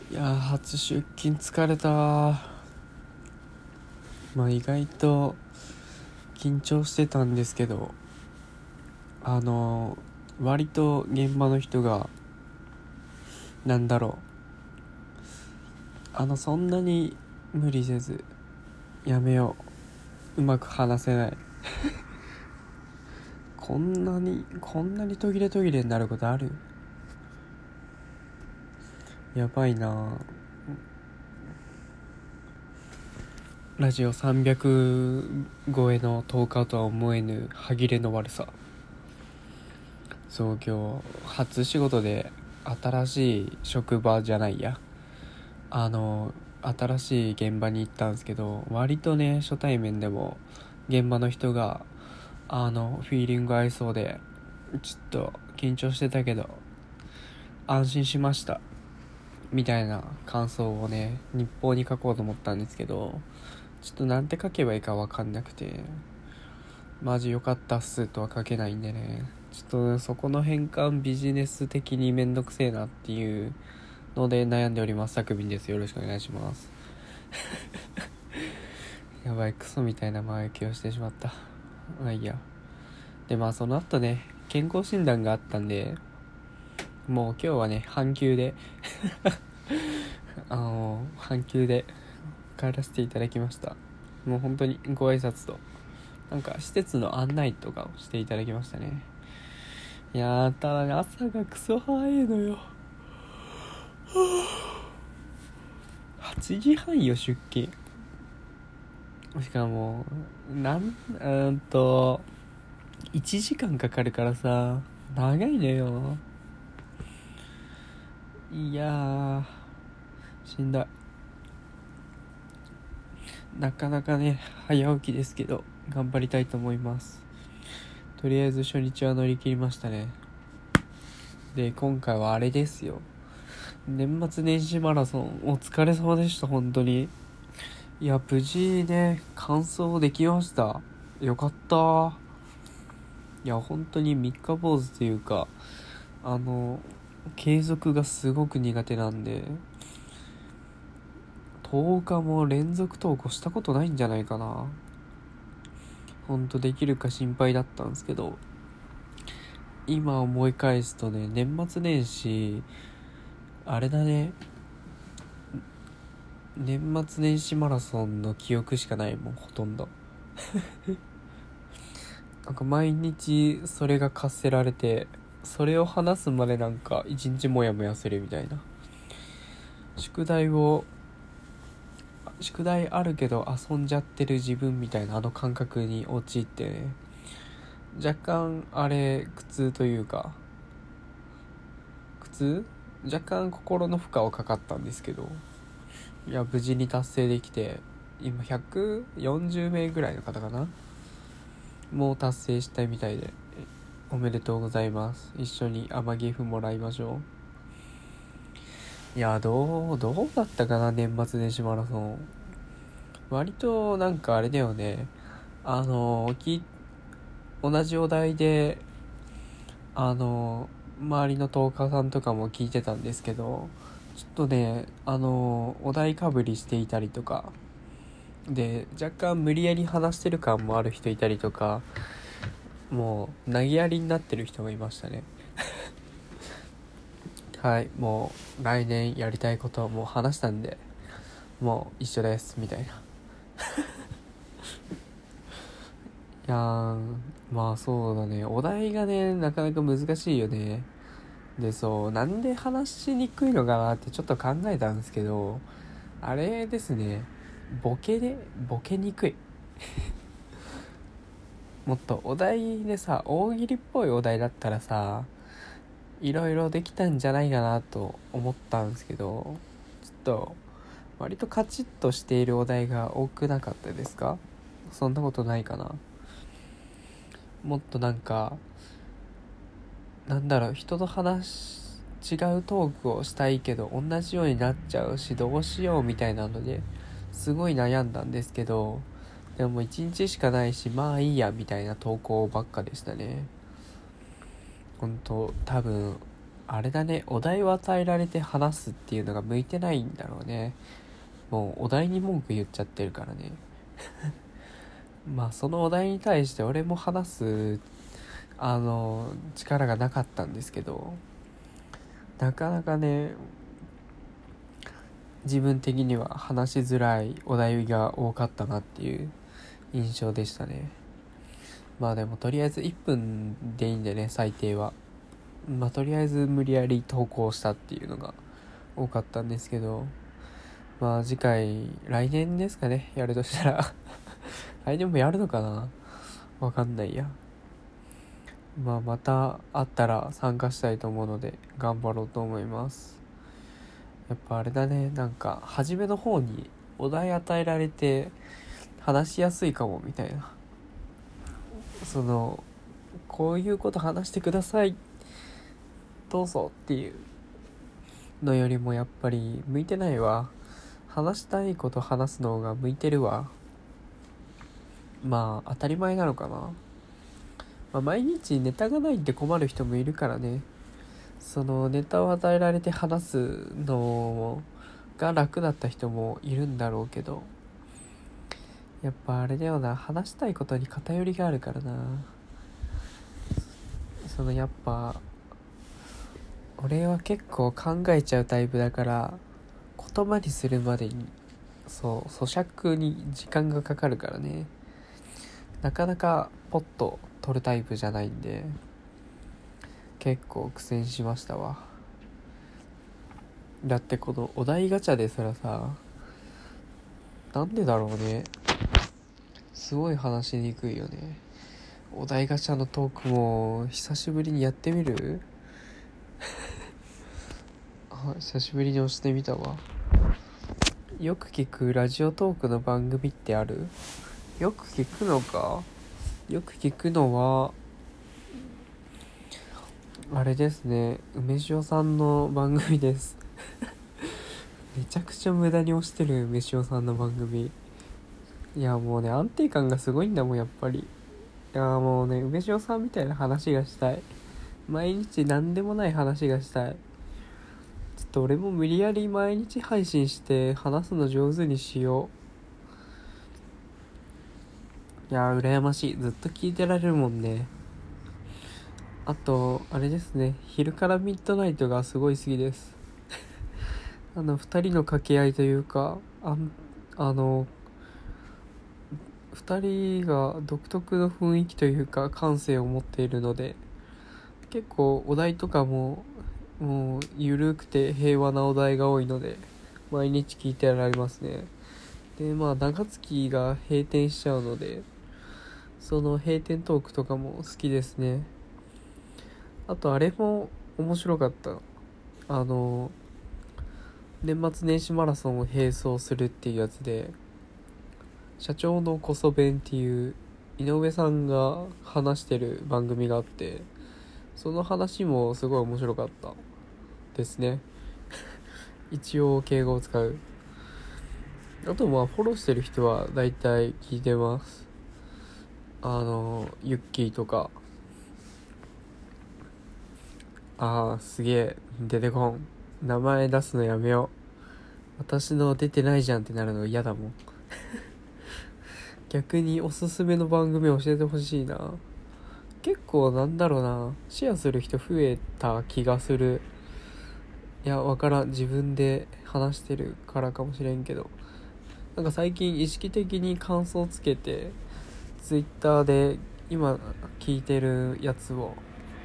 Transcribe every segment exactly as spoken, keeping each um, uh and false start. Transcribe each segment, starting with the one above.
いやー初出勤疲れたわ。まあ意外と緊張してたんですけど、あのー、割と現場の人がなんだろうあのそんなに無理せずやめよう、うまく話せないこんなにこんなに途切れ途切れになることある？やばいな。ラジオさんびゃく超えのとおかとは思えぬ歯切れの悪さ。そう今日初仕事で新しい職場じゃないやあの新しい現場に行ったんですけど、割とね初対面でも現場の人があのフィーリング合いそうで、ちょっと緊張してたけど安心しましたみたいな感想をね日報に書こうと思ったんですけど、ちょっとなんて書けばいいか分かんなくて、マジ良かったっすとは書けないんでね、ちょっと、ね、そこの変換ビジネス的にめんどくせえなっていうので悩んでおります。さくびんです。よろしくお願いしますやばい、クソみたいな前置きをしてしまった。まあいいや。でまあその後ね健康診断があったんで、もう今日はね半休であの半休で帰らせていただきました。もう本当にご挨拶となんか施設の案内とかをしていただきましたね。いやーただね朝がクソ早いのよ。はちじはんよ出勤。しかもなんうーんといちじかんかかるからさ、長いのよ。いやーしんどい。なかなかね早起きですけど頑張りたいと思います。とりあえず初日は乗り切りましたね。で今回はあれですよ、年末年始マラソンお疲れ様でした。本当にいや無事ね完走できました。よかった。いや本当に三日坊主というかあの継続がすごく苦手なんで、とおかも連続投稿したことないんじゃないかな。ほんとできるか心配だったんですけど、今思い返すとね年末年始あれだね、年末年始マラソンの記憶しかないもんほとんどなんか毎日それが課せられて、それを話すまでなんか一日モヤモヤするみたいな。宿題を宿題あるけど遊んじゃってる自分みたいなあの感覚に陥ってね、若干あれ苦痛というか苦痛若干心の負荷はかかったんですけど、いや無事に達成できて、今ひゃくよんじゅうめいぐらいの方かなもう達成したいみたいで、おめでとうございます。一緒に甘ギフもらいましょう。いやどうどうだったかな年末年始マラソン。割となんかあれだよね、あのき同じお題であの周りのトーカーさんとかも聞いてたんですけど、ちょっとねあのお題かぶりしていたりとかで若干無理やり話してる感もある人いたりとか、もう投げやりになってる人がいましたねはい、もう来年やりたいことはもう話したんでもう一緒ですみたいな。いやーまあそうだね、お題がねなかなか難しいよね。でそうなんで話しにくいのかなってちょっと考えたんですけど、あれですね、ボケでボケにくいもっとお題でさ大喜利っぽいお題だったらさいろいろできたんじゃないかなと思ったんですけど、ちょっと割とカチッとしているお題が多くなかったですか？そんなことないかな。もっとなんかなんだろう、人と話違うトークをしたいけど同じようになっちゃうしどうしようみたいなのですごい悩んだんですけど、でも一日しかないしまあいいやみたいな投稿ばっかでしたね。本当多分あれだね、お題を与えられて話すっていうのが向いてないんだろうね。もうお題に文句言っちゃってるからね。まあそのお題に対して俺も話すあの力がなかったんですけど、なかなかね自分的には話しづらいお題が多かったなっていう印象でしたね。まあでもとりあえずいっぷんでいいんでね、最低は。まあとりあえず無理やり投稿したっていうのが多かったんですけど、まあ次回来年ですかね、やるとしたら来年もやるのかな、わかんないや。まあまた会ったら参加したいと思うので頑張ろうと思います。やっぱあれだね、なんか初めの方にお題与えられて話しやすいかもみたいな、そのこういうこと話してくださいどうぞっていうのよりもやっぱり向いてないわ。話したいこと話すのが向いてるわ。まあ当たり前なのかな。まあ、毎日ネタがないって困る人もいるからね。そのネタを与えられて話すのが楽だった人もいるんだろうけど、やっぱあれだよな、話したいことに偏りがあるからな。そのやっぱ俺は結構考えちゃうタイプだから、言葉にするまでにそう咀嚼に時間がかかるからね、なかなかポッと取るタイプじゃないんで、結構苦戦しましたわ。だってこのお題ガチャですらさ、なんでだろうね、すごい話しにくいよね。お題ガチャのトークも久しぶりにやってみるあ、久しぶりに押してみたわ。よく聞くラジオトークの番組ってある？よく聞くのか。よく聞くのはあれですね、梅塩さんの番組ですめちゃくちゃ無駄に押してる梅塩さんの番組。いやもうね、安定感がすごいんだもんやっぱり。いやもうね、梅塩さんみたいな話がしたい。毎日何でもない話がしたい。ちょっと俺も無理やり毎日配信して話すの上手にしよう。いやー羨ましい、ずっと聞いてられるもんね。あとあれですね、昼からミッドナイトがすごい好きですあの二人の掛け合いというか、ああの二人が独特の雰囲気というか感性を持っているので、結構お題とかももうゆるくて平和なお題が多いので毎日聞いてられますね。でまあ長月が閉店しちゃうので、その閉店トークとかも好きですね。あとあれも面白かった。あの年末年始マラソンを並走するっていうやつで、社長のこそ弁っていう井上さんが話してる番組があって、その話もすごい面白かったですね一応敬語を使う。あとまあフォローしてる人はだいたい聞いてます。あのユッキーとか。あーすげえ出てこん、名前出すのやめよう。私の出てないじゃんってなるの嫌だもん逆におすすめの番組教えてほしいな。結構なんだろうな、シェアする人増えた気がする。いやわからん、自分で話してるからかもしれんけど、なんか最近意識的に感想つけてツイッターで今聞いてるやつを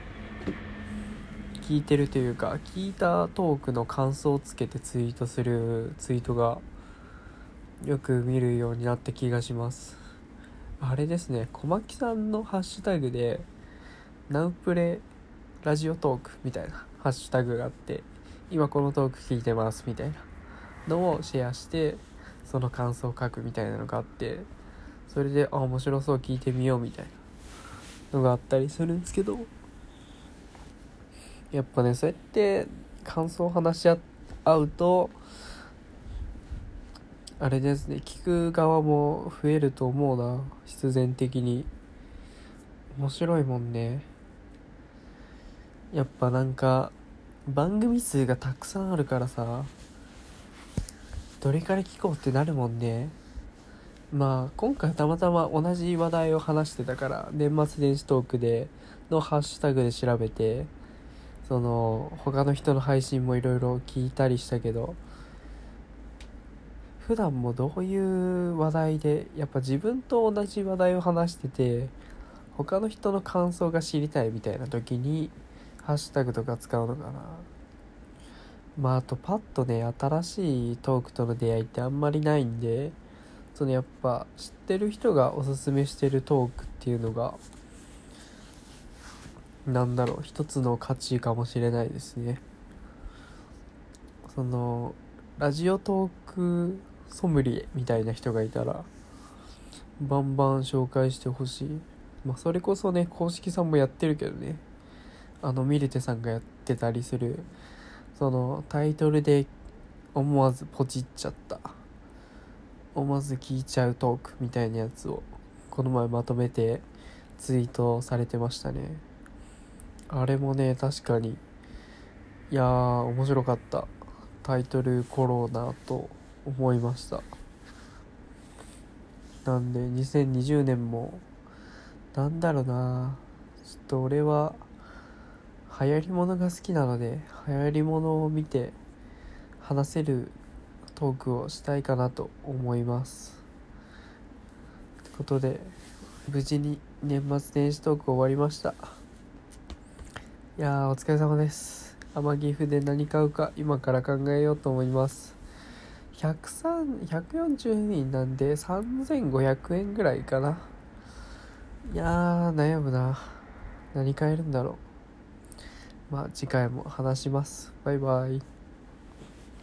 聞いてるというか、聞いたトークの感想をつけてツイートするツイートがよく見るようになった気がします。あれですね、小牧さんのハッシュタグでナウプレラジオトークみたいなハッシュタグがあって、今このトーク聞いてますみたいなのをシェアしてその感想を書くみたいなのがあって、それであ面白そう聞いてみようみたいなのがあったりするんですけど、やっぱねそうやって感想を話し合うとあれですね、聞く側も増えると思うな、必然的に。面白いもんね。やっぱなんか番組数がたくさんあるからさ、どれから聞こうってなるもんね。まあ今回たまたま同じ話題を話してたから、年末年始トークでのハッシュタグで調べて、その他の人の配信もいろいろ聞いたりしたけど、普段もどういう話題で、やっぱ自分と同じ話題を話してて他の人の感想が知りたいみたいな時にハッシュタグとか使うのかな。まああとパッとね、新しいトークとの出会いってあんまりないんで、そのやっぱ知ってる人がおすすめしてるトークっていうのがなんだろう、一つの価値かもしれないですね。そのラジオトークソムリエみたいな人がいたらバンバン紹介してほしい。まあそれこそね、公式さんもやってるけどね、あのミルテさんがやってたりする、そのタイトルで思わずポチっちゃった、思わず聞いちゃうトークみたいなやつをこの前まとめてツイートされてましたね。あれもね、確かに、いやー面白かった。タイトルコロナと思いました。なんでにせんにじゅうねんもなんだろうな、ちょっと俺は流行り物が好きなので、流行り物を見て話せるトークをしたいかなと思います。ということで、無事に年末年始トーク終わりました。いやーお疲れ様です。天岐阜で何買うか今から考えようと思います。ひゃくさん、ひゃくよんじゅうにんなんでさんぜんごひゃくえんぐらいかな。いやー悩むな。何買えるんだろう。まあ次回も話します。バイバイ。